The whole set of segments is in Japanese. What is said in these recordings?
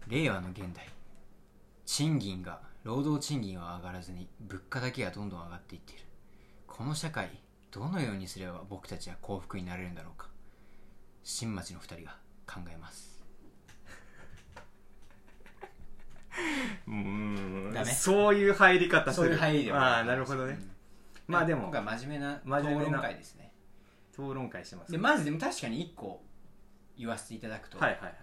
令和の現代、労働賃金は上がらずに物価だけがどんどん上がっていっている。この社会、どのようにすれば僕たちは幸福になれるんだろうか。新町の2人が考えます。ダメ？ そういう入り方する。 そういう入りでああ、なるほどね。まあでも今回真面目な討論会ですね。 討論会してます、ね。 でまずでも確かに1個言わせていただくと、 はいはいはい。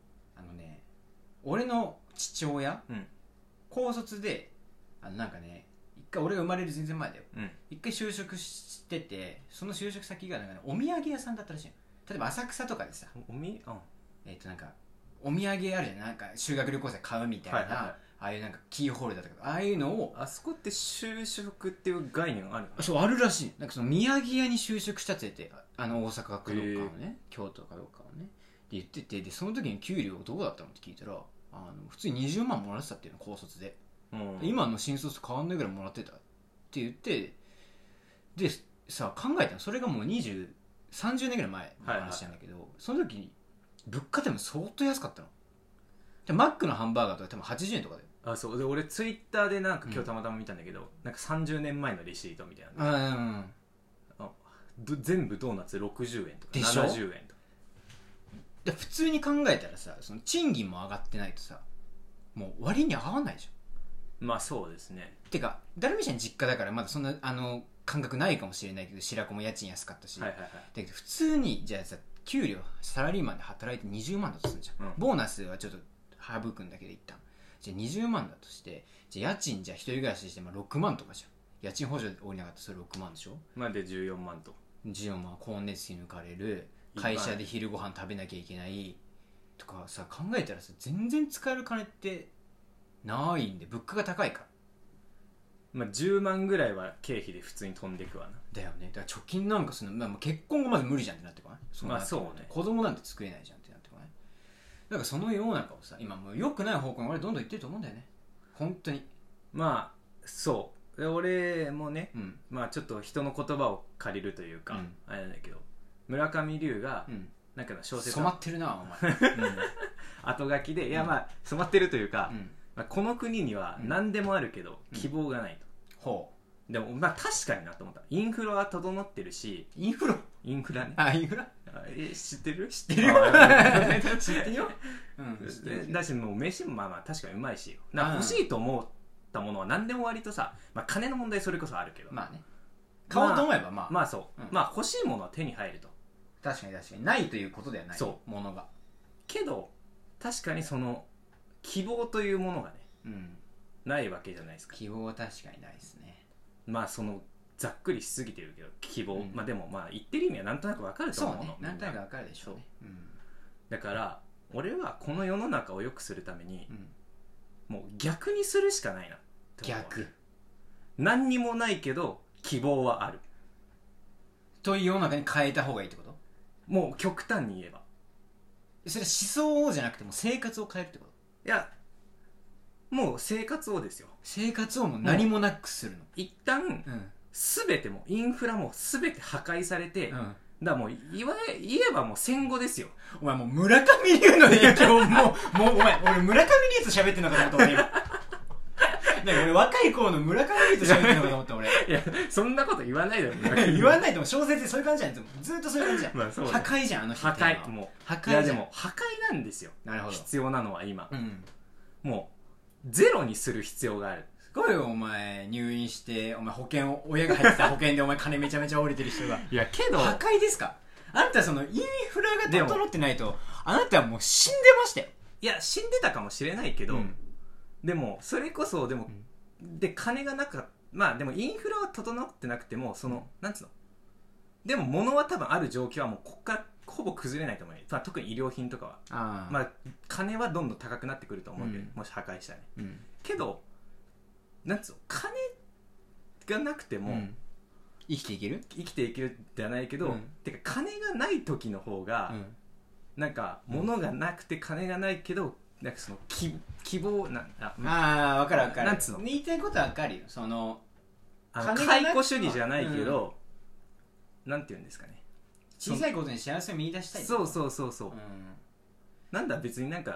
俺の父親、 うん、 高卒でなんかね、一回俺が生まれる全然前だよ、 うん、 一回就職してて、その就職先がなんか、ね、お土産屋さんだったらしいの。例えば浅草とかでさ、なんかお土産あるじゃん、なんか修学旅行生買うみたいな、はいはいはい、ああいうなんかキーホルダーとか、ああいうのを、 あそこって就職っていう概念あるの？ そう、あるらしい。なんかその土産屋に就職したって言って、大阪かどっかのね、京都かどっかのねって言ってて、でその時に給料どうだったのって聞いたら、普通に20万もらってたっていうの、高卒で、うん、今の新卒と変わんないぐらいもらってたって言って、でさ、考えたの、それがもう30年ぐらい前の話なんだけど、はいはい、その時に物価でも相当安かったの。でマックのハンバーガーとか多分80円とかで。 あ、そうで、俺ツイッターでなんか今日たまたま見たんだけど、なんか30年前のレシートみたいな、全部ドーナツ60円とかでしょ、 70円とかで普通に考えたらさ、その賃金も上がってないとさ、もう割に合わないじゃん。 まあそうですね。 てかダルミちゃん実家だからまだそんな感覚ないかもしれないけど、白子も家賃安かったし、はいはいはい、だけど普通にじゃあさ、給料サラリーマンで働いて20万だとするじゃん、うん、ボーナスはちょっと省くんだけど一旦、じゃあ20万だとして、じゃあ家賃、じゃあ一人暮らしして6万とかじゃん。家賃補助で降りなかったらそれ6万でしょ。 まあで14万と、 14万、光熱費抜かれる、会社で昼ご飯食べなきゃいけないとかさ、考えたらさ、全然使える金ってないんで、物価が高いから。 まあ10万ぐらいは経費で普通に飛んでいくわな。 だよね。だから貯金なんかするの、まあ、結婚後まず無理じゃんってなってこない？ まあそうね。 子供なんて作れないじゃんってなってこない？だからその世の中をさ、今もう良くない方向に俺どんどん行ってると思うんだよね。本当に。 まあそうで、俺もね、うん、まあちょっと人の言葉を借りるというか、うん、あれなんだけど、村上龍が、うん、なんかの小説染まってるなお前、 後書きで、いやまあ染まってるというか、まあ、この国には何でもあるけど、希望がないと、 ほう。 でもまあ確かになと思った。インフラは整ってるし、 インフラね。 あ、インフラ知ってる？ 知ってるよ知ってるよ、 うん、だしもう飯もまあまあ確かにうまいし、欲しいと思ったものは何でも割とさ、まあ、金の問題それこそあるけど、 まあね、買おうと思えばまあそう、まあ欲しいものは手に入ると。 確かにないということではない、そうものが。 けど確かにその希望というものがね、ないわけじゃないですか。 希望は確かにないですね。 まあそのざっくりしすぎてるけど希望、まあでもまあ言ってる意味はなんとなくわかると思うの。 そうね、なんとなくわかるでしょうね。 だから俺はこの世の中を良くするために、もう逆にするしかないな。 逆。 何にもないけど希望はあるという世の中に変えた方がいいってこと？ もう極端に言えば。 それ思想をじゃなくても生活を変えるってこと？ いや、もう生活をですよ。 生活をもう何もなくするの。 一旦、全てもインフラも全て破壊されて、だからもう言えばもう戦後ですよ。 お前もう村上龍の影響もうお前俺村上龍と喋ってんのかと思った俺今。俺若い頃の村上龍と喋ってんのかと思った俺。 いやそんなこと言わないだろ。 言わないでも小説でそういう感じじゃん。ずっとそういう感じじゃん。 まあそう破壊じゃん、あの人。 破壊、もう破壊じゃん。 いやでも破壊なんですよ。 なるほど。 必要なのは今、もうゼロにする必要がある。 すごいよお前、入院してお前親が入ってた保険でお前金めちゃめちゃ降りてる人が。 いやけど破壊ですか。あんたそのインフラが整ってないとあなたはもう死んでましたよ。 いや死んでたかもしれないけど、でもそれこそでも、で金がなかまあでもインフラは整ってなくてもその、なんつうの、でも物は多分ある状況はもうここからほぼ崩れないと思うよ。まあ、特に医療品とかはまあ金はどんどん高くなってくると思うけど、もし破壊したらね、けどなんつうの、金がなくても、 生きていけるじゃないけど、てか金がない時の方が、なんか物がなくて金がないけどなんかその希望分かるなんつうの、 言いたいことは分かるよ。その解雇主義じゃないけど、なんて言うんですかね、 小さいことに幸せを見出したい。 そう、なんだ別になんか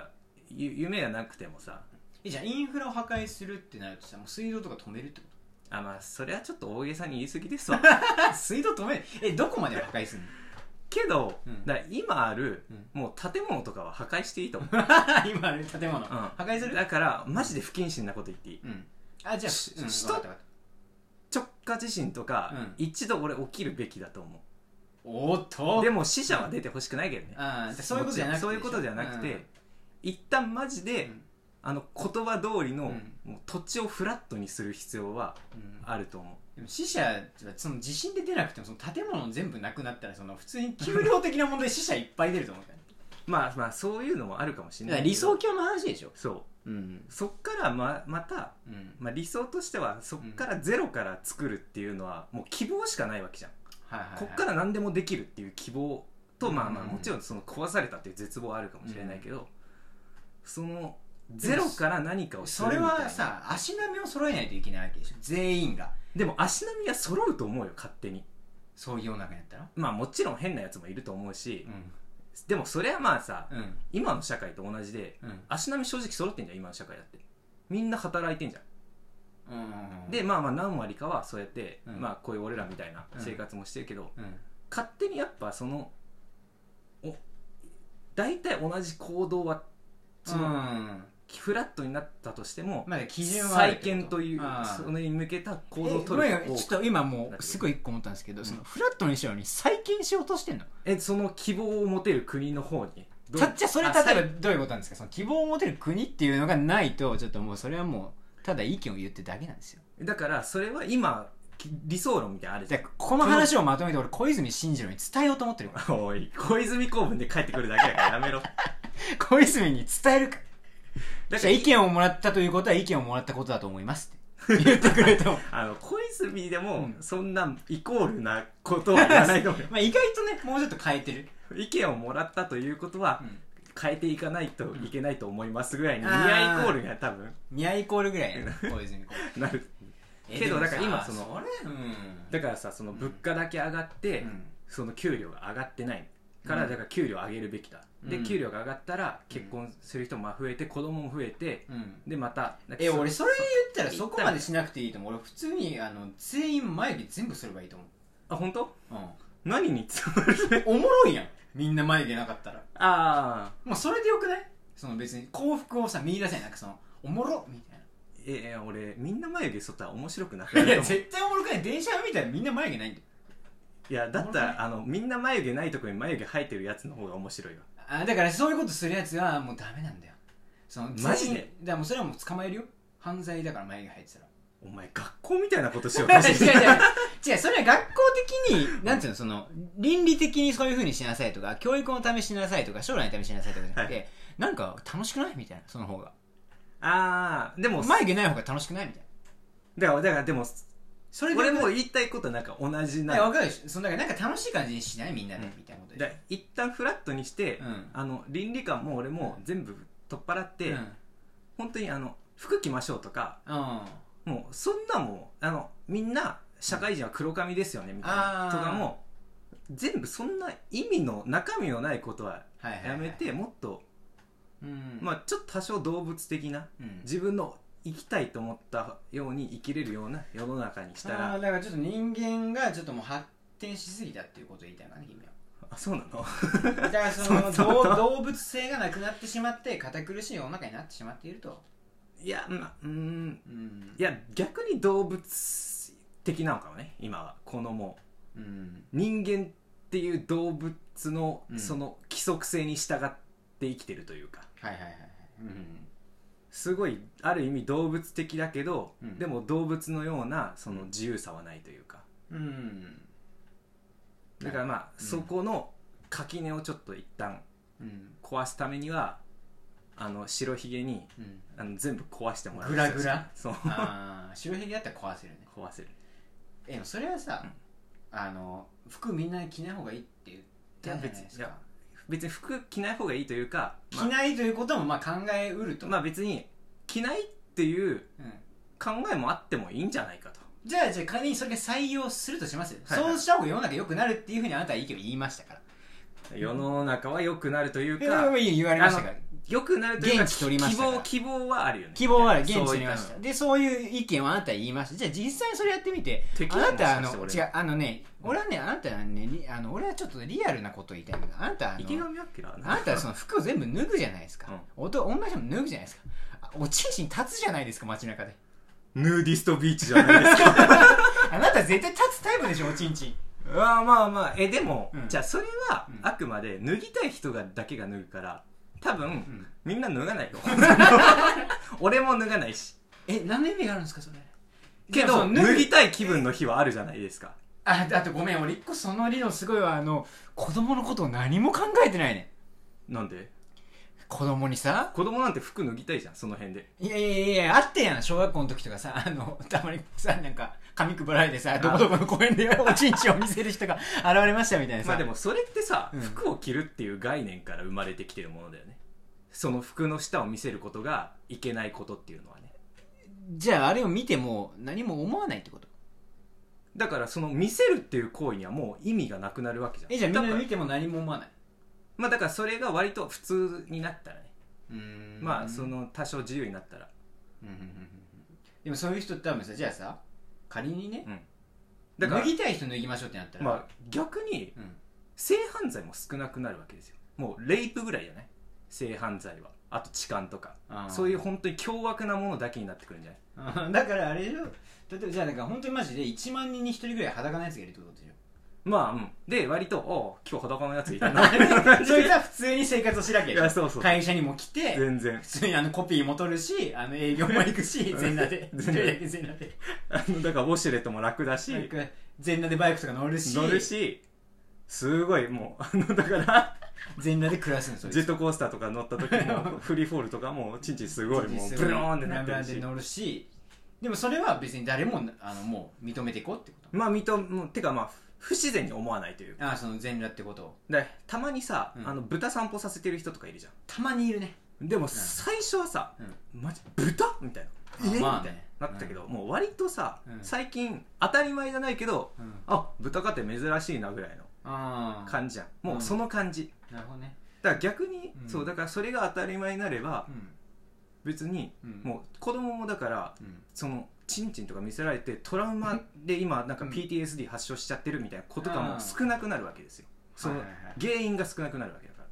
夢がなくてもさ、 じゃあインフラを破壊するってなるとさ、もう水道とか止めるってこまあそれはちょっと大げさに言い過ぎですわと水道止める、どこまで破壊するのけど、 うんだから今ある、 うんもう建物とかは破壊していいと思う今ある建物、破壊するだからマジで不謹慎なこと言っていい、 うん、じゃあ、 首都分かった分かっ直下地震とか、 うん一度俺起きるべきだと思た。おーっとう。でも死者は出てほしくないけどね、 そういうことじゃなくて、 そういうことじゃなくて、一旦マジで、言葉通りの、もう土地をフラットにする必要はあると思う。 でも死者はその地震で出なくてもその建物全部なくなったらその普通に給料的な問題で死者いっぱい出ると思うからまあそういうのもあるかもしれだからないけど理想郷の話でしょ。 そう、 うんそっからまた、理想としてはそっからゼロから作るっていうのはもう希望しかないわけじゃん、 はいはいはい、 こっから何でもできるっていう希望と、 うんもちろんその壊されたっていう絶望はあるかもしれないけど、そのゼロから何かをするそれみたいな。 はさ足並みを揃えないといけないわけでしょ、全員が。 でも足並みは揃うと思うよ勝手に。 そういう世の中にやったらもちろん変なやつもいると思うし、 うんでもそれはまあさ、 うん今の社会と同じで、 うん足並み正直揃ってんじゃん今の社会だって。みんな働いてんじゃん。 うんで何割かはそうやって、 うんこういう俺らみたいな生活もしてるけど、 うん勝手にやっぱその大体同じ行動はその、フラットになったとしても、 まだ基準はある再建というそれに向けた行動を取るちょっと今もうすごい一個思ったんですけど、そのフラットにしように再建しようとしてんの。 その希望を持てる国の方にじゃあそれ例えばどういうことなんですか。その希望を持てる国っていうのがないとちょっともうそれはもうただ意見を言ってるだけなんですよ。 だからそれは今理想論みたいなのあるじゃん。 この話をまとめて俺小泉進次郎に伝えようと思ってるからおい小泉公文で帰ってくるだけだからやめろ小泉に伝えるかだら意見をもらったということは意見をもらったことだと思いますって言ってくれると小泉でもそんなイコールなことは言わないと思うよ意外とねもうちょっと変えてる。 意見をもらったということは、変えていかないといけないと思いますぐらいに、 うんニアイコールが多分ニアイコールぐらいやな小泉公文なるけどだから今そのそれだからさその物価だけ上がって、その給料が上がってないからだから給料上げるべきだ、で給料が上がったら結婚する人も増えて子供も増えて、でまた俺それ言ったらそこまでしなくていいと思う。俺普通に全員眉毛全部すればいいと思う。 あ本当？ うん何につまるおもろいやんみんな眉毛なかったら。 あもうそれでよくない？その別に幸福をさ見出せないなんかそのおもろみたいな。 俺みんな眉毛剃ったら面白くなくなると思う。 いや絶対おもろくない。電車見たらみんな眉毛ないんだよ。 いやだったらみんな眉毛ないところに眉毛生えてるやつの方が面白いわ。 だからそういうことするやつはもうダメなんだよ。そのマジで？ だからもうそれはもう捕まえるよ。犯罪だから眉毛生えてたら。 お前学校みたいなことしようとしてる。 違うそれは学校的になんていうのその倫理的にそういう風にしなさいとか教育のためしなさいとか将来のためしなさいとかじゃなくて、なんか楽しくないみたいな。その方がでも眉毛ない方が楽しくないみたいな。 だからでもそれで俺も言いたいことはなんか同じな分かるでしょ。そのだからなんか楽しい感じにしないみんなで、みたいなことで一旦フラットにして、倫理観も俺も全部取っ払って、本当に服着ましょうとか、もうそんなもんみんな社会人は黒髪ですよねみたいなとかも全部そんな意味の中身のないことはやめて、もっとちょっと多少動物的な、自分の生きたいと思ったように生きれるような世の中にしたら。 だからちょっと人間がちょっともう発展しすぎたっていうことを言いたいかな君は。 あそうなのだからその動物性がなくなってしまって堅苦しい世の中になってしまっていると。 いやいや逆に動物的なのかもね今は。このもう、人間っていう動物のその規則性に従って生きてるというか、すごいある意味動物的だけど、でも動物のようなその自由さはないというか、だからそこの垣根をちょっと一旦壊すためには白ひげに、全部壊してもらう。 グラグラ。 そう白ひげだったら壊せるね。 壊せる。 でもそれはさ、服みんな着ない方がいいって言ってたじゃないですか。 別に服着ない方がいいというか、 着ないということも考えうると。 別に着ないっていう考えもあってもいいんじゃないかと。 じゃあ仮にそれが採用するとしますよ。そうした方が世の中良くなるっていうふうにあなたは意見を言いましたから。 世の中は良くなるというか、 言われましたから。 良くなるというか現地取りましたから希望はあるよね。 希望はある、現地取りましそういったで、そういう意見をあなたは言いました。じゃあ実際にそれやってみて、 敵あなたもしかして違う、俺はね、あなたはね、俺はちょっとリアルなことを言いたいんだけど、あなた池上彰あなたはその服を全部脱ぐじゃないですか。女の人も脱ぐじゃないですか。おちんちん立つじゃないですか、街中で。 ヌーディストビーチじゃないですか。 あなた絶対立つタイプでしょ、おちんちん。 まあでも、 うんじゃあそれはうんあくまで脱ぎたい人だけが脱ぐから多分、みんな脱がないよ。俺も脱がないし。 何の意味があるんですか、それ。 けど脱ぎたい気分の日はあるじゃないですか。 あとごめん、俺一個その理論すごいわ。子供のことを何も考えてないね。 なんで子供にさ、 子供なんて服脱ぎたいじゃん、その辺で。 いやあってやん、小学校の時とかさ、たまにさ、なんか紙配られてさ、どこどこの公園でおちんちんを見せる人が現れましたみたいなさ。 まあでもそれってさ、 うん服を着るっていう概念から生まれてきてるものだよね。その服の下を見せることがいけないことっていうのはね。 じゃああれを見ても何も思わないってこと。 だからその見せるっていう行為にはもう意味がなくなるわけじゃん。 じゃあみんだからな見ても何も思わない。 まあだからそれが割と普通になったらね。まあそうんの多少自由になったら。 でもそういう人って多分さ、じゃあさ、仮にね、 だから脱ぎたい人脱ぎましょうってなったら、 まあ逆にうん性犯罪も少なくなるわけですよ。もうレイプぐらいじゃない、性犯罪は。あと痴漢とかあーそういう本当に凶悪なものだけになってくるんじゃない。 だからあれでしょ、例えばじゃあなんか本当にマジで1万人に1人ぐらい裸なやつがいるってことでしょ。 まあで割と今日裸のやついたなそいつは普通に生活をしなきゃいけない。 いやそう会社にも来て、 全然普通にコピーも取るし、営業も行くし、全裸で。 全然一人だけ全裸で。 だからウォシュレットも楽だしなんか全裸でバイクとか乗るし、 すごいもうだから全裸で暮らすんですよ。 ジェットコースターとか乗った時もフリーフォールとかもチンチンすごいもうブローンってなってるし、 で乗るし、でもそれは別に誰ももう認めていこうってこと。 まあもうてかまあ不自然に思わないというか。 その全裸ってことを。 でたまにさ、 うん豚散歩させてる人とかいるじゃん。 たまにいるね。 でも最初はさ、マジ豚みたいなみたいまあねななったけど、もう割とさ、 うん最近当たり前じゃないけど、豚かって珍しいなぐらいのああ、 感じじゃん。もうその感じ、 なるほどね。 だから逆に、 うんそうだからそれが当たり前になれば、別に、もう子供もだからそのチンチンとか見せられてトラウマで今なんか PTSD 発症しちゃってるみたいなことがもう少なくなるわけですよ。その原因が少なくなるわけだから。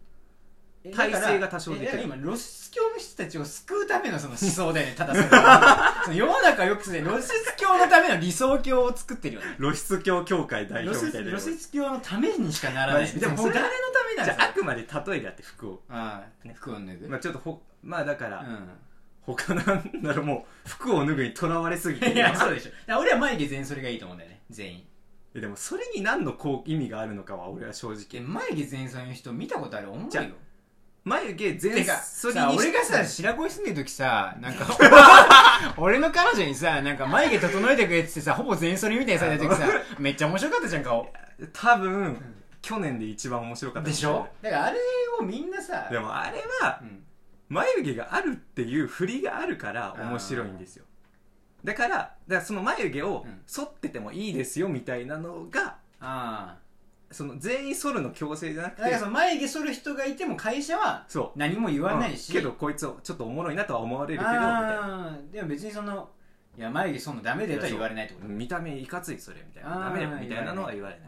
体制が多少できる。 今露出狂の人たちを救うためのその思想だよね。ただその世の中を良くする露出狂のための理想郷を作ってるよね。 露出狂協会代表みたいな。 露出狂のためにしかならない。でも誰のためなの。 じゃああくまで例えであって服を、 服を脱ぐ。 まあちょっとまあだから、他なんだろう、もう服を脱ぐにとらわれすぎて。 いやそうでしょ。俺は眉毛全それがいいと思うんだよね、全員。 でもそれに何の意味があるのかは俺は正直。 眉毛全そりの人見たことある？思うよ。 眉毛全そりに俺がさ、白子に住んでる時さ、なんか俺の彼女にさ、なんか眉毛整えてくれってってさ、ほぼ全そりみたいにされた時さ、めっちゃ面白かったじゃん、顔。 多分、去年で一番面白かったでしょ。だからあれをみんなさ、 でもあれは、眉毛があるっていう振りがあるから面白いんですよ。だからその眉毛を剃っててもいいですよみたいなのが、その全員剃るの強制じゃなくて、 だからその眉毛剃る人がいても会社は何も言わないし、 けどこいつちょっとおもろいなとは思われるけどみたいな。 でも別にいや眉毛剃るのダメだよとは言われないってこと。 見た目いかついそれみたいな、ダメだよみたいなのは言われない。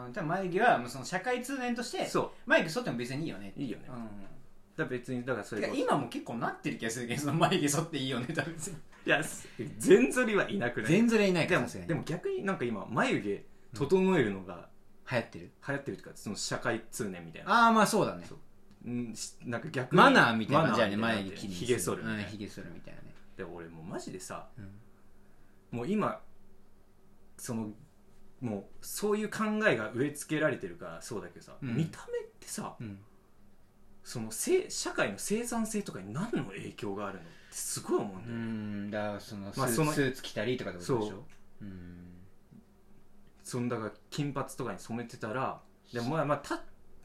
ただ眉毛はもうその社会通念として眉毛剃っても別にいいよね。 いいよね。だから別にだからそれ今も結構なってる気がするけど、その眉毛剃っていいよね多分。 いや全剃りはいなくない？ 全剃りいないかも。でも逆になんか今眉毛整えるのが流行ってるっていうか、その社会通念みたいな。 まあそうだね。 なんか逆にマナーみたいな。じゃあね、眉毛切りひげ剃るみたいな。 ひげ剃るみたいなね。 で俺もうマジでさ、もう今もうそういう考えが植え付けられてるからそうだけどさ、見た目ってさ、その社会の生産性とかに何の影響があるのってすごい思うんだよ。 だからそのスーツ着たりとかってことでしょ。だから金髪とかに染めてたら、でもまあ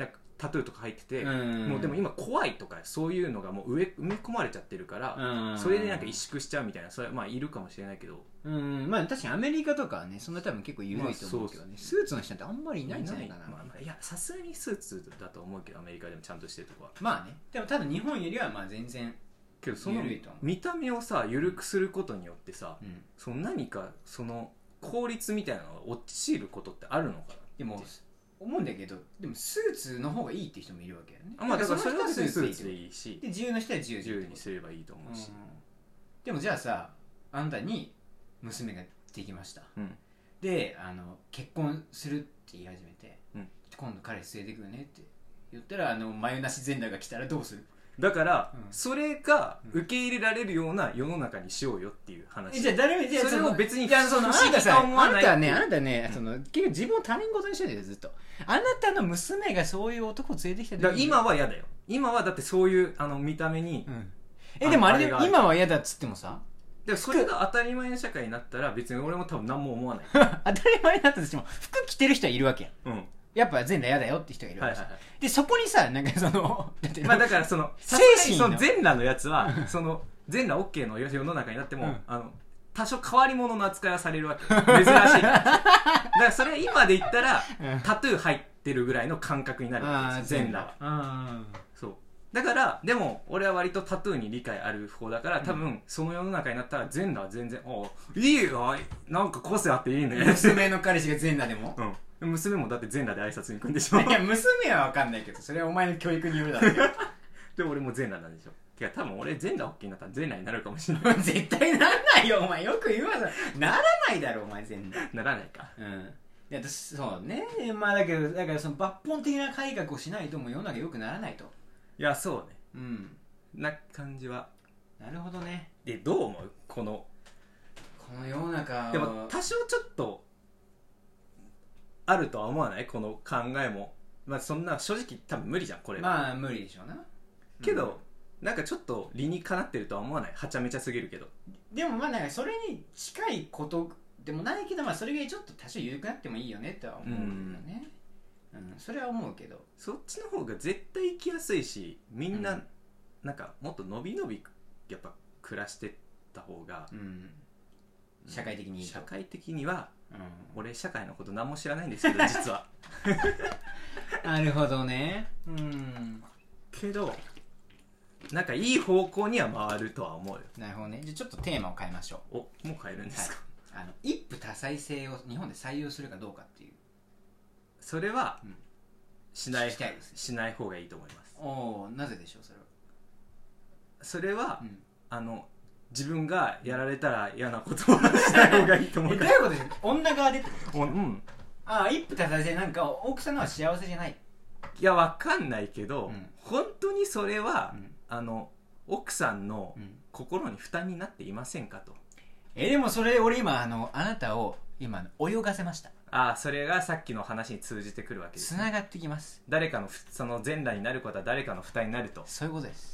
タトゥーとか入ってて、 うんもうでも今怖いとかそういうのがもう埋め込まれちゃってるから、 うんそれでなんか萎縮しちゃうみたいな、それはまあいるかもしれないけど、 まあ確かにアメリカとかはねそんな多分結構緩いと思うけどね、 まあスーツの人ってあんまりいないんじゃないかな。 まあまあ、いやさすがにスーツだと思うけど、アメリカでもちゃんとしてるとこは。 まあね、でもただ日本よりはまあ全然けどその緩いと思う。 見た目をさ緩くすることによってさ、 うん、 その何かその効率みたいなのが落ちることってあるのかな。 でも思うんだけど、でもスーツの方がいいって人もいるわけよね。 まあだからそれは別別にスーツにスーツでいいでいいし、 で自由の人は自由でいい自由にすればいいと思うし、 でもじゃあさ、あんたに娘ができました、 うんで結婚するって言い始めて、 うん今度彼氏連れてくよねって言ったら眉なし全裸が来たらどうする？ だから、 うんそれが受け入れられるような世の中にしようよっていう話。 じゃあじゃあそれを別にいやその不思議と思わないあなたね、その結局自分を他人事にしてるよずっと。あなたの娘がそういう男を連れてきた時だから今は嫌だよ。今はだってそういう見た目に、 でもあれであれが今は嫌だっつってもさでもそれが当たり前の社会になったら別に俺も多分何も思わない。 当たり前になったとしても服着てる人はいるわけやん。 うん。 やっぱ全裸嫌だよって人がいるわけ、でそこにさなんかだってまあだからその精神のその全裸のやつはその全裸 OK の世の中になっても、多少変わり者の扱いはされるわけ。珍しいから。だからそれは今で言ったら、タトゥー入ってるぐらいの感覚になるわけですよ、全裸は。そうだからでも俺は割とタトゥーに理解ある方だから多分その世の中になったら全裸は全然いいよ、なんか個性あっていいね。 娘の彼氏が全裸でも娘もだって全裸で挨拶に行くんでしょ。 いや娘は分かんないけどそれはお前の教育によるだろうけどでも俺も全裸なんでしょ。てか多分俺全裸 OK になったら全裸になるかもしれない。 絶対ならないよお前、よく言うわ。ならないだろお前全然。 ならないか。 いやそうね。まあだけどだからその抜本的な改革をしないともう世の中良くならないと。 いやそうね、な感じは。 なるほどね。 でどう思うこの世の中でも多少ちょっとあるとは思わない？この考えもまあそんな正直多分無理じゃんこれは。 まあ無理でしょうな。 けど、なんかちょっと理にかなってるとは思わない？はちゃめちゃすぎるけど。 でもまあなんかそれに近いことでもないけど、まあそれがちょっと多少緩くなってもいいよねとは思うんだよね。それは思うけど、 そっちの方が絶対生きやすいし、みんな、なんかもっとのびのびやっぱ暮らしてった方が、 社会的にいいと。 社会的には、俺社会のこと何も知らないんですけど実はなるほどね。 けどなんかいい方向には回るとは思うよ。 なるほどね。じゃあちょっとテーマを変えましょう。もう変えるんですか？ 一夫多妻制を日本で採用するかどうかっていう。 それは、しない方がいいと思います。 なぜでしょうそれは。 それは、自分がやられたら嫌なことをしない方がいいと思うから。 どういうことですか？女側でってこと？一夫多妻制なんか奥さんのは幸せじゃない。 いやわかんないけど、本当にそれは、奥さんの心に負担になっていませんかと。 でもそれ俺今あなたを今泳がせました。 それがさっきの話に通じてくるわけです、 ね。つながってきます。 誰かのその全裸になることは誰かの負担になると。 そういうことです。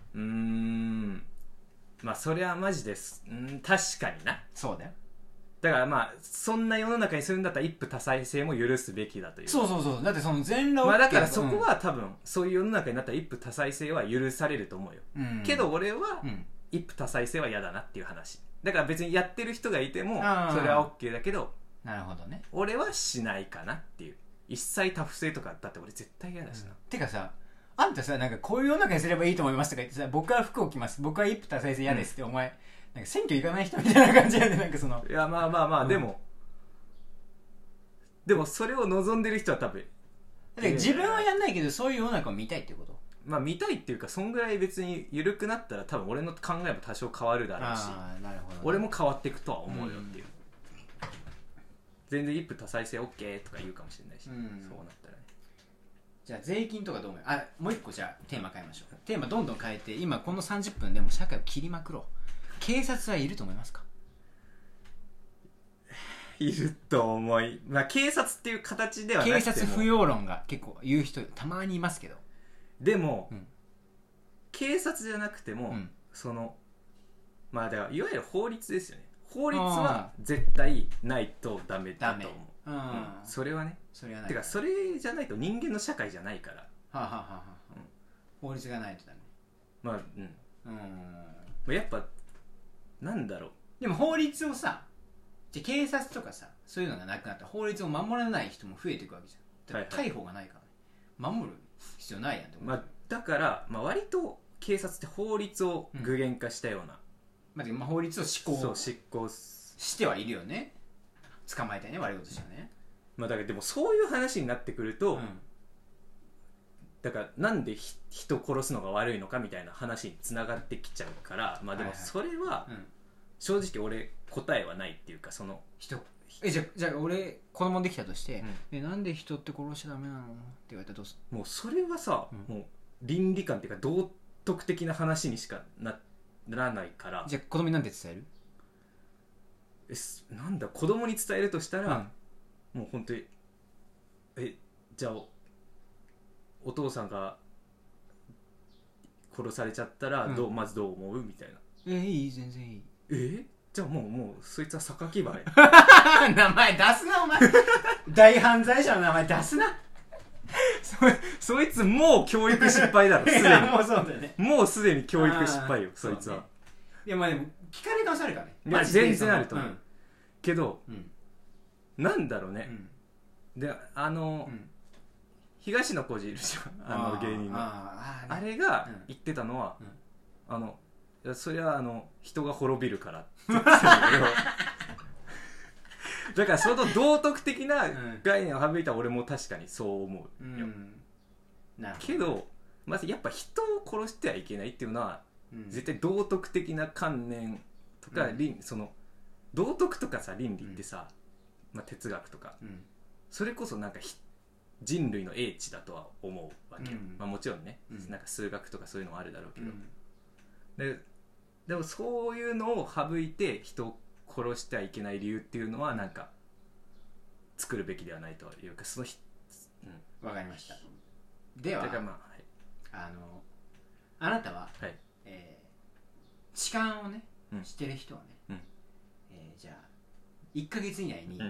まあそれはマジです。確かにな。 そうだよ。 だからまあそんな世の中にするんだったら一夫多妻制も許すべきだという。 そうだってその全裸を、 だからそこは多分、そういう世の中になったら一夫多妻制は許されると思うよ、けど俺は、一夫多妻制は嫌だなっていう話だから。別にやってる人がいてもそれは OK だけど、 なるほどね。 俺はしないかなっていう。一妻多夫制とかだって俺絶対嫌だしな、 てかさ、あんたさなんかこういう世の中にすればいいと思いますとか言ってさ、僕は服を着ます、僕は一夫多妻制嫌ですって、お前なんか選挙行かない人みたいな感じやで、なんかその、 いやまあ、でもそれを望んでる人は多分自分はやんないけどそういう世の中を見たいっていうこと。 まあ見たいっていうか、そんぐらい別に緩くなったら多分俺の考えも多少変わるだろうし、 なるほど、ね、 俺も変わっていくとは思うよっていう、全然一夫多妻制 OK とか言うかもしれないし、そうなったらね。 じゃあ税金とかどう思う？もう一個じゃあテーマ変えましょう。テーマどんどん変えて、今この30分でも社会を切りまくろう。警察はいると思いますか？ いると思い、まあ警察っていう形ではなくても、 警察不要論が結構言う人たまにいますけど、 でも、警察じゃなくても、そのまあだからいわゆる法律ですよね。法律は絶対ないとダメだと思う。それはね。てかそれじゃないと人間の社会じゃないから。 はあ、はあはあはあ、法律がないとだね。 まあやっぱなんだろう、 でも法律をさ、じゃ警察とかさ、そういうのがなくなったら法律を守らない人も増えていくわけじゃん。だから逮捕がないから、ね、守る必要ないやんって思う。 だから、割と警察って法律を具現化したような、 法律を執行してはいるよね。捕まえたいね、悪いことしたね。 だからでもそういう話になってくると、だからなんで人殺すのが悪いのかみたいな話につながってきちゃうから、でもそれは正直俺答えはないっていうか、そのじゃあ俺子供できたとして、なんで人って殺しちゃダメなのって言われたらどうする？ もうそれはさ、もう倫理観っていうか道徳的な話にしかならないから。 じゃあ子供になんて伝える？ なんだ子供に伝えるとしたら、もう本当にじゃあお父さんが殺されちゃったらまずどう思うみたいな。 いい、全然いい。 じゃあもうそいつは榊原名前出すなお前大犯罪者の名前出すなそいつもう教育失敗だろ。すでにもうそうだよね。 もうすでに教育失敗よそいつは。 いやでも聞かれたらあるからね。 いや全然あると思う、けど、なんだろうね、で東野幸治いるじゃん、芸人のあれが言ってたのは、いやそりゃ人が滅びるからって言ってたんだけどだからその道徳的な概念を省いた俺も確かにそう思うよ、けどまずやっぱ人を殺してはいけないっていうのは、絶対道徳的な観念とか、その道徳とかさ倫理ってさ、哲学とか、それこそなんか人類の英知だとは思うわけよ、もちろんね、なんか数学とかそういうのはあるだろうけど、でもそういうのを省いて人を殺してはいけない理由っていうのはなんか作るべきではないというか、そのわかりました。ではだからあなたは、痴漢をね、してる人はね、じゃあ1ヶ月以内に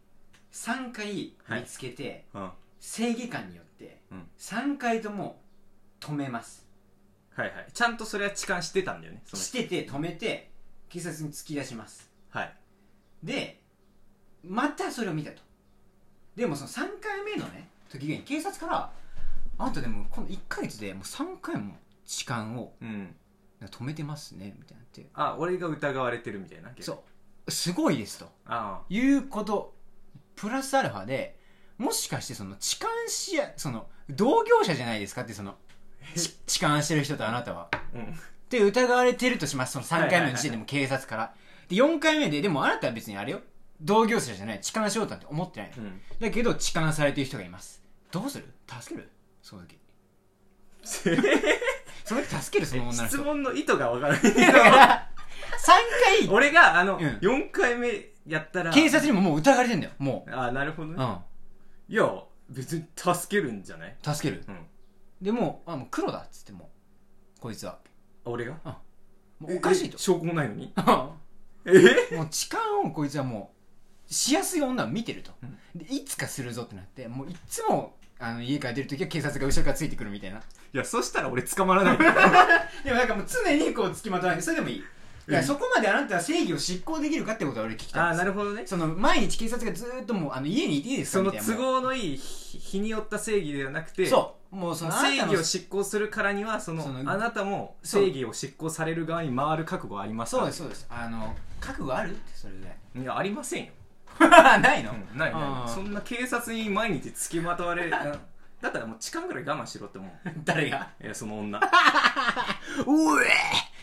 3回見つけて、正義感によって3回とも止めます。 ちゃんとそれは痴漢してたんだよね。 してて止めて警察に突き出します。 はいでまたそれを見たと。でもその3回目のね時に警察からあんたでもこの1ヶ月でもう3回も痴漢を止めてますねみたいなって、 俺が疑われてるみたいな。 そうすごいですということプラスアルファで、もしかしてその痴漢しその同業者じゃないですかって、その痴漢してる人とあなたは、って疑われてるとします。その3回目の時点でも警察からで4回目でもあなたは別にあれよ、同業者じゃない、痴漢しようなんて思ってない、だけど痴漢されてる人がいます。どうする？助ける？その時その時助ける？その女の人。 質問の意図がわからないけど 3回俺が4回目やったら警察にももう疑われてんだよもう。 なるほどね。いや別に助けるんじゃない？ 助ける、でももう黒だっつってもこいつは俺がもうおかしいと。 証拠もないのにもう痴漢をこいつはもうしやすい女を見てると、でいつかするぞってなって、もういつも家から出るときは警察が後ろからついてくるみたいな。いやそしたら俺捕まらないでもなんかもう常にこう付きまとわない。それでもいい。いやそこまであなたは正義を執行できるかってことは俺聞きたいんです。 なるほどね。 その毎日警察がずーっともう家にいていいですかみたいな、 その都合のいい日によった正義ではなくて、 そうもうその正義を執行するからにはあなたも正義を執行される側に回る覚悟ありますか？ そうですそうです。覚悟あるってそれぐらい。 いやありませんよないの？ ないそんな警察に毎日付きまとわれだったらもう痴漢ぐらい我慢しろって思う誰が？ いやその女うえ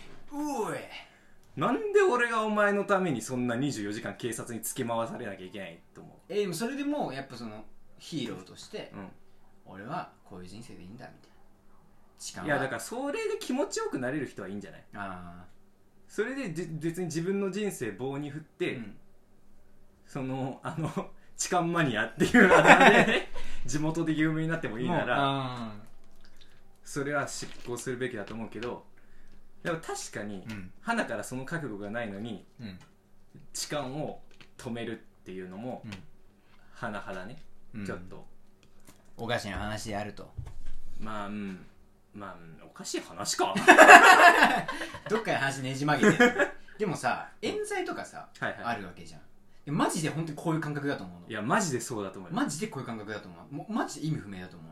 なんで俺がお前のためにそんな24時間警察に付き回されなきゃいけないと思う。 でもそれでもやっぱそのヒーローとして、俺はこういう人生でいいんだみたいな。痴漢いやだからそれで気持ちよくなれる人はいいんじゃない？それで別に自分の人生棒に振って、その痴漢マニアっていうあだ名で地元で有名になってもいいならそれは執行するべきだと思うけど、でも確かに鼻からその覚悟がないのに痴漢を止めるっていうのも甚だね、ちょっとおかしな話であると。 まあおかしい話かどっかに話ねじ曲げてでもさ冤罪とかさ、 はいはいあるわけじゃん。マジで本当にこういう感覚だと思うの。 いやマジでそうだと思うよ。 マジでこういう感覚だと思う。もうマジで意味不明だと思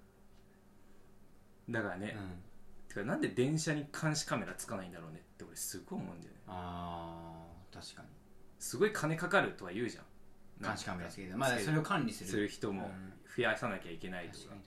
う。 だからね、てかなんで電車に監視カメラつかないんだろうねって俺すごい思うんだよね。 あー確かにすごい金かかるとは言うじゃん、 監視カメラつけて、まあそれを管理する人も増やさなきゃいけないとか、 確かに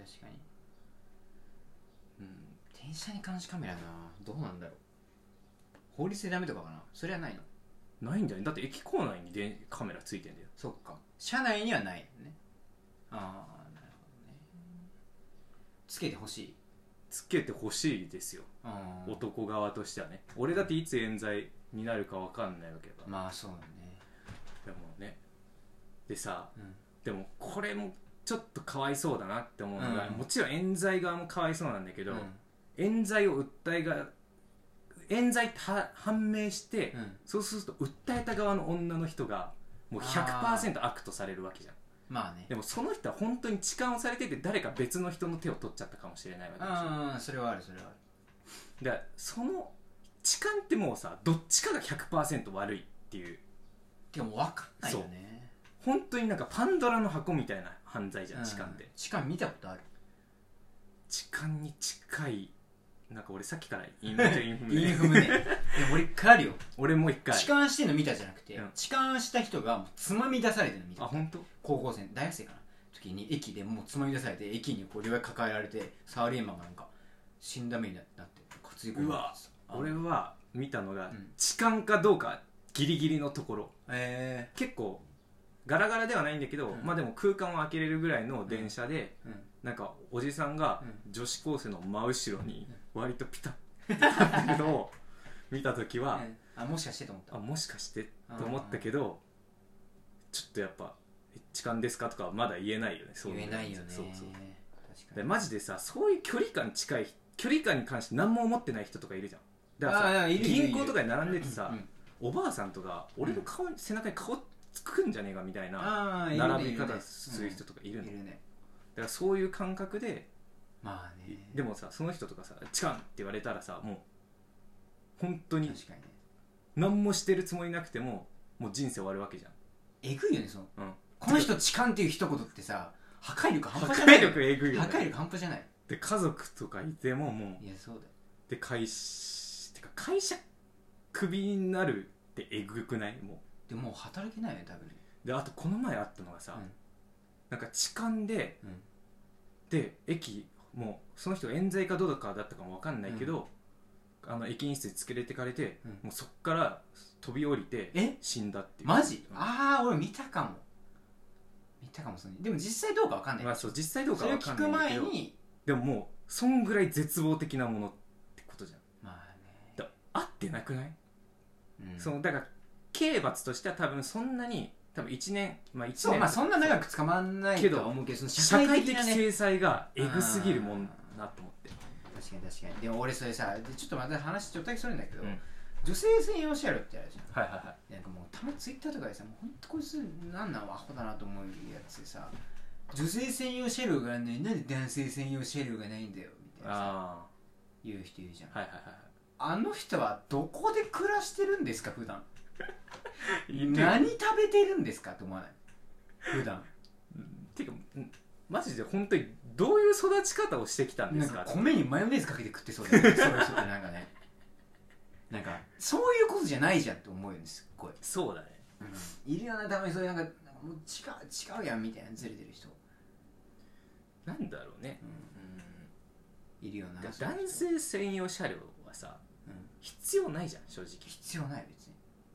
電車に監視カメラな、どうなんだろう。法律でダメとかかな。それはないの？ ないんだよね。だって駅構内にカメラついてんだよ。 そっか、車内にはないよね。ああなるほどね。つけてほしい。 つけてほしいですよ、男側としてはね。俺だっていつ冤罪になるか分かんないわけだから。 まあそうだね。 でもね、でさ、でもこれもちょっとかわいそうだなって思うのが、もちろん冤罪側もかわいそうなんだけど、冤罪を冤罪って判明して、そうすると訴えた側の女の人がもう 100% 悪とされるわけじゃん。 まあね。 でもその人は本当に痴漢をされてて誰か別の人の手を取っちゃったかもしれないわけでしょ。 それはあるそれはある。 だからその痴漢ってもうさ、どっちかが 100% 悪いっていう。 でも分かんないよね。 本当になんかパンドラの箱みたいな犯罪じゃん、痴漢って。 痴漢見たことある？ 痴漢に近い。なんか俺さっきからインフムね。インフムね。でも俺一回あるよ。 俺も一回。 痴漢してんの見たじゃなくて、痴漢した人がつまみ出されてるの見た。 あ、本当？ 高校生大学生かな時に駅でもうつまみ出されて、駅にこう両脇抱えられて、サラリーマンがなんか死んだ目になって担い込まれてた。 俺は見たのが、痴漢かどうかギリギリのところ。結構ガラガラではないんだけど、まあでも空間を開けれるぐらいの電車で、なんかおじさんが女子高生の真後ろに割とピタッて立ってるのを見た時は、 もしかしてと思った。 もしかしてと思ったけど、ちょっとやっぱ痴漢ですかとかはまだ言えないよね。 言えないよね。 そうそう。でマジでさ、そういう距離感近い距離感に関して何も思ってない人とかいるじゃん。だからさ、銀行とかに並んでてさ、おばあさんとか俺の顔、背中に顔つくんじゃねえかみたいな並び方する人とかいるの。だからそういう感覚で、 まあね。 でもさ、その人とかさ、痴漢って言われたらさ、もう本当に何もしてるつもりなくてももう人生終わるわけじゃん。 えぐいよね、この人痴漢っていう一言ってさ、破壊力半端じゃない。 破壊力えぐいよね。 破壊力半端じゃない。 で家族とかいてももう、 いやそうだよ。 で会社クビになるってえぐくない？もうでもう働けないよね多分。 であとこの前あったのがさ、なんか痴漢で、で駅もうその人が冤罪かどうかだったかも分かんないけど、駅員室に連れてかれて、もうそっから飛び降りて死んだっていう。 マジ？俺見たかもでも実際どうか分かんない。 まあそう実際どうか分かんないんだけど、 それを聞く前にでももうそんぐらい絶望的なものってことじゃん。 まあね。 合ってなくない？だから刑罰としては多分そんなに多分1年そんな長く捕まんないとは思うけど、 社会的制裁がエグすぎるもんなと思って。 確かに。でも俺それさ、ちょっとまた話ちょっとだけそれんだけど、女性専用車両ってあるじゃん。なんかもうたまにツイッターとかでさ、もうほんとこいつなんなんアホだなと思うやつでさ、女性専用車両がね、なんで男性専用車両がないんだよみたいなさ言う人いるじゃん。あの人はどこで暮らしてるんですか普段。何食べてるんですかって思わない？普段。 ていうかマジで本当にどういう育ち方をしてきたんですか？ なんか米にマヨネーズかけて食ってそうだよね。そういう人ってなんかね。なんかそういうことじゃないじゃんって思うよね、すっごい。 そうだね。 いるよな、たまにそういうなんかもう違うやんみたいなずれてる人。 なんだろうね。 いるよな。 男性専用車両はさ、必要ないじゃん正直。 必要ない別に。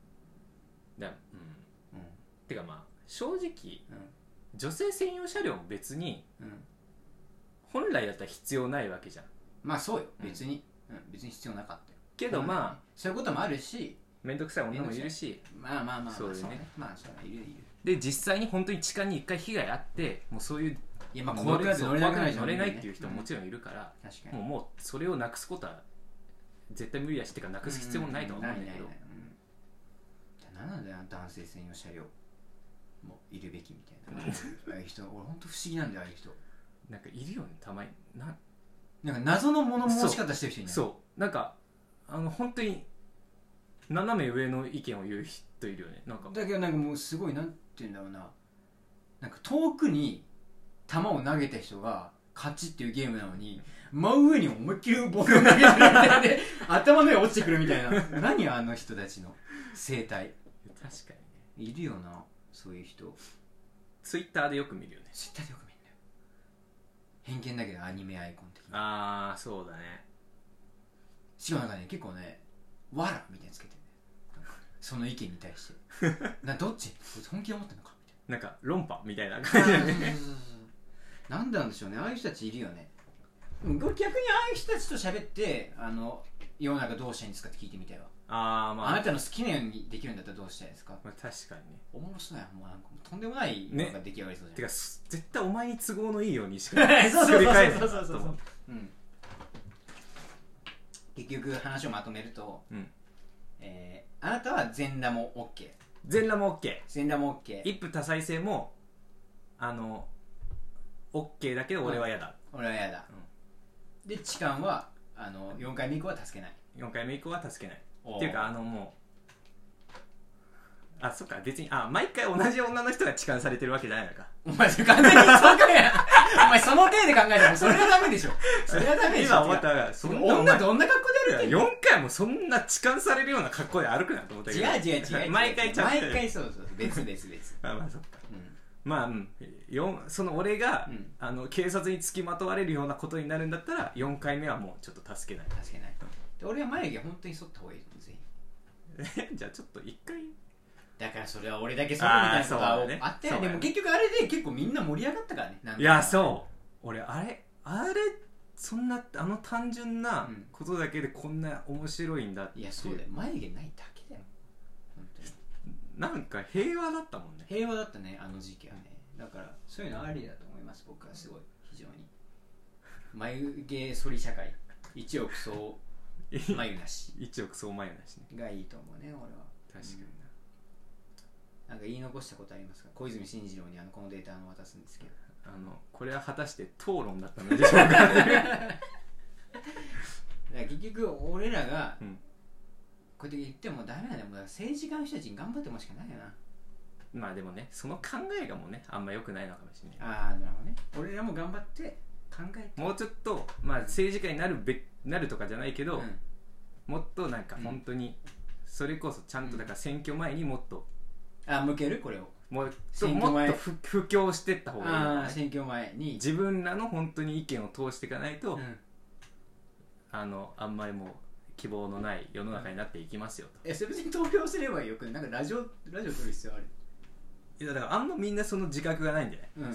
てかまあ正直、女性専用車両も別に、本来だったら必要ないわけじゃん。 まあそうよ、別に必要なかったよ。 けどまあそういうこともあるし、 面倒くさい女もいるし、 まあそういうね。 まあそういる。 で実際に本当に痴漢に一回被害あって、もうそういう怖くなって乗れなくなる乗れないっていう人ももちろんいるから、もうそれをなくすことは絶対無理だし、ってかなくす必要もないとは思うんだけど。 何なんだよ男性専用車両もいるべきみたいな。ああいう人俺本当不思議なんだよ、ああいう人。 なんかいるよねたまに。 なんか謎の物申し方してる人いない？ そうなんか本当に斜め上の意見を言う人いるよね。なんかだけどなんかもうすごいなんて言うんだろうな、なんか遠くに球を投げた人が勝ちっていうゲームなのに真上に思いっきりボールを投げてるみたいで頭の上落ちてくるみたいな何あの人たちの生態。 確かにね、 いるよなそういう人。 ツイッターでよく見るよね。 ツイッターでよく見るんだよ。偏見だけどアニメアイコン的な。 ああそうだね。 しかもなんかね結構ねわらみたいにつけてるね、なんかその意見に対してどっちこいつ本気で思ってんのかみたいなんか論破みたいな感じでねなんでなんでしょうね、ああいう人たちいるよね。逆にああいう人たちと喋って世の中どうしたいんですかって聞いてみたいわ。 まああなたの好きなようにできるんだったらどうしたいですか。 まあ、確かにね。 おもろそうやん。もうなんかとんでもないのが出来上がりそうじゃん、 てか絶対お前に都合のいいようにしかそう作り変えないそう、うん、結局話をまとめると、 うんあなたは全裸も OK、 全裸も OK、 全裸も OK、 一夫多妻制もOK だけど俺は嫌だ、 俺は嫌だ、で痴漢は4回目以降は助けない、 4回目以降は助けないっていうかもうそっか別に毎回同じ女の人が痴漢されてるわけじゃないのか。 お前完全にそうかやお前その手で考えたらそれはダメでしょそれはダメでしょ。 今思ったらそんな女どんな格好で歩いてんの。 4回もそんな痴漢されるような格好で歩くなと思ったけど。 違う毎回ちゃんと毎回そう別まあそっか、 うん、 まあ、その俺が、警察につきまとわれるようなことになるんだったら4回目はもうちょっと助けない。 助けない、で俺は眉毛本当に剃った方がいいと思う、ぜひ。 じゃあちょっと1回だからそれは俺だけ剃るみたいなことがあったよ、ね、でも結局あれで結構みんな盛り上がったからね。なんかいやそう俺あれそんな単純なことだけでこんな面白いんだって、 いやそうだよ、眉毛ないだけだよ本当に。 なんか平和だったもんね。 平和だったねあの時期はね。だからそういうのありだと思います、僕はすごい非常に。眉毛剃り社会、一億総眉なし一億総眉なしねがいいと思うね俺は。 確かにな、 なんか言い残したことありますか。小泉進次郎にこのデータを渡すんですけど、 これは果たして討論だったのでしょうかだから結局俺らがうんこうやって言ってもダメなんだよ。もうだから政治家の人たちに頑張ってもしかないよな。 まあでもねその考えがもうねあんま良くないのかもしれない。 ああなるほどね。俺らも頑張って考えてもうちょっと、政治家になるとかじゃないけど、もっとなんか本当にそれこそちゃんとだから選挙前にもっと、 向けるこれをもっと布教してった方がいいのかな。 選挙前に自分らの本当に意見を通していかないと、あんまりもう希望のない世の中になっていきますよと。 それ別に投票すればよくなんかラジオ撮る必要ある。 いやだからあんまみんなその自覚がないんじゃない、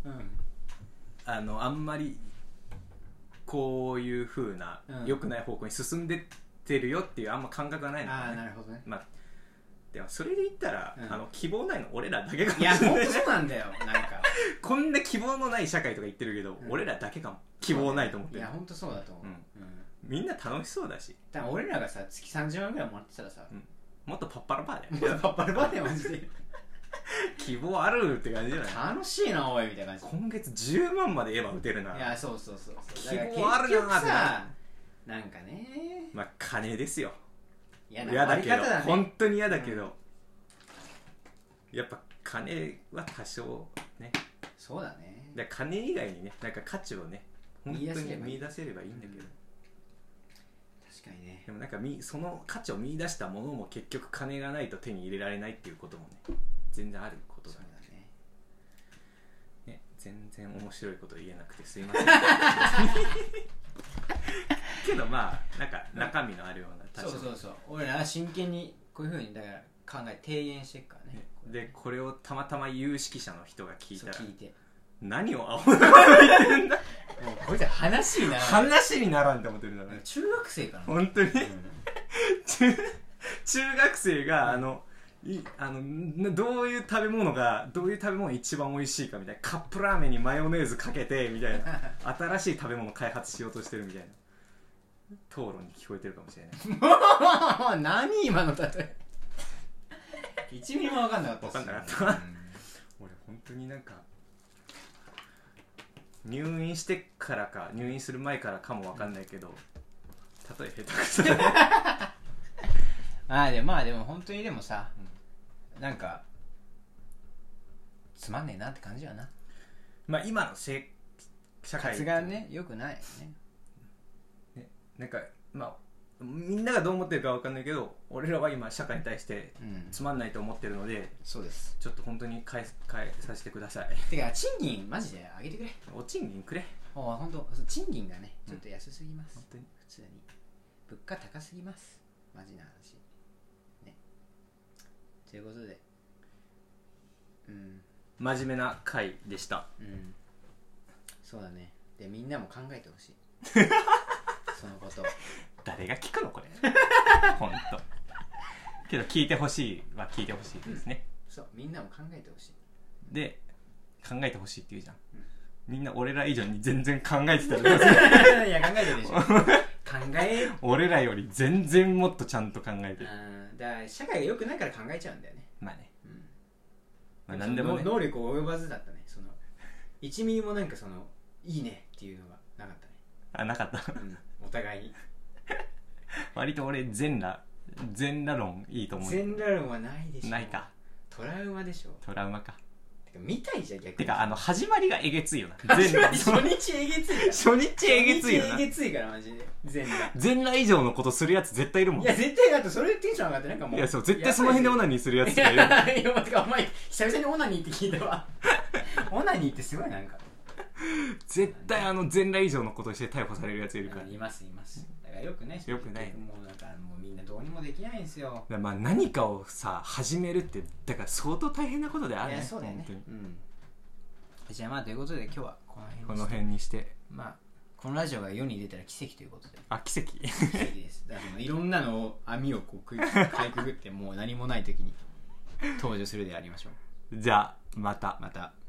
あんまりこういう風な良くない方向に進んでってるよっていうあんま感覚がないのかね。 なるほどね。 でもそれで言ったら、希望ないの俺らだけかもしれない。いや本当そうなんだよ。なんかこんな希望のない社会とか言ってるけど、俺らだけかも希望ないと思ってる。 いや本当そうだと思う、 みんな楽しそうだし。 だから俺らがさ月30万ぐらいもらってたらさ、 もっとパッパラパーだよ。 パッパラパーだよマジで希望あるって感じじゃない。 楽しいなおいみたいな感じ。 今月10万までエヴァ打てるな。 いやそう希望あるなってなんかね、 金ですよ。 嫌だけど、 ね、 本当に嫌だけど、やっぱ金は多少ね。 そうだね。 で金以外にねなんか価値をね本当に見出せればいいんだけど、 確かにね。 でもなんかその価値を見出したものも結局金がないと手に入れられないっていうこともね全然あることだね。全然面白いこと言えなくてすいませんけどなんか中身のあるような立場。そう俺らは真剣にこういう風にだから考え提言していくからね。 でこれをたまたま有識者の人が聞いたら何を青なってんだもうこいつ話にならんって思ってるんだね。 中学生かな本当に、中学生がどういう食べ物一番美味しいかみたいな、カップラーメンにマヨネーズかけてみたいな新しい食べ物開発しようとしてるみたいな討論に聞こえてるかもしれない何今の例え1ミリも分かんなかった俺本当になんか入院してからか入院する前からかもわかんないけど、例え下手くそだねまあでも本当にでもさ、なんかつまんねえなって感じやな。 まあ今の社会活がね良くないよね。 なんかまあみんながどう思ってるかわかんないけど、俺らは今社会に対してつまんないと思ってるので、 そうです。 ちょっと本当に変えさせてください。 てか賃金マジで上げてくれ。 お賃金くれ。 本当賃金がねちょっと安すぎます、 本当に普通に物価高すぎます、マジな話ね。ということで真面目な回でした。 そうだね。でみんなも考えてほしいそのこと。 誰が聞くのこれ本当けど聞いてほしいは聞いてほしいですね、 そうみんなも考えてほしい。 で考えてほしいって言うじゃん、みんな俺ら以上に全然考えてたらいや考えてるでしょ考え俺らより全然もっとちゃんと考えてる。 だから社会が良くないから考えちゃうんだよね。 まあね、まあ何でもね、 能力及ばずだったね。その1ミリもなんかそのいいねっていうのがなかったね。 なかったお互いに割と俺全裸論いいと思う。 全裸論はないでしょ。 ないか。 トラウマでしょ。 トラウマか。 てか見たいじゃん逆に。 てか始まりがえげついよな。 初日えげついから。 初日えげついよな。 初日えげついからマジで。 全裸以上のことするやつ絶対いるもん。 いや絶対だってそれでテンション上がってなんかもう。 いやそう絶対その辺でオナニーするやつがいる。 いやてかお前久々にオナニーって聞いたわ。オナニーってすごいなんか。 絶対全裸以上のことして逮捕されるやついるから。 います。だからよくない。 よくない。 もうなんかもうみんなどうにもできないんですよ。 まあ何かをさ始めるってだから相当大変なことであるね。 いやそうだよね。じゃあまあということで今日はこの辺にしてまあこのラジオが世に出たら奇跡ということで。 奇跡。 奇跡です。だからいろんなのを網をこうかいくぐってもう何もない時に登場するでありましょう。 じゃあまた。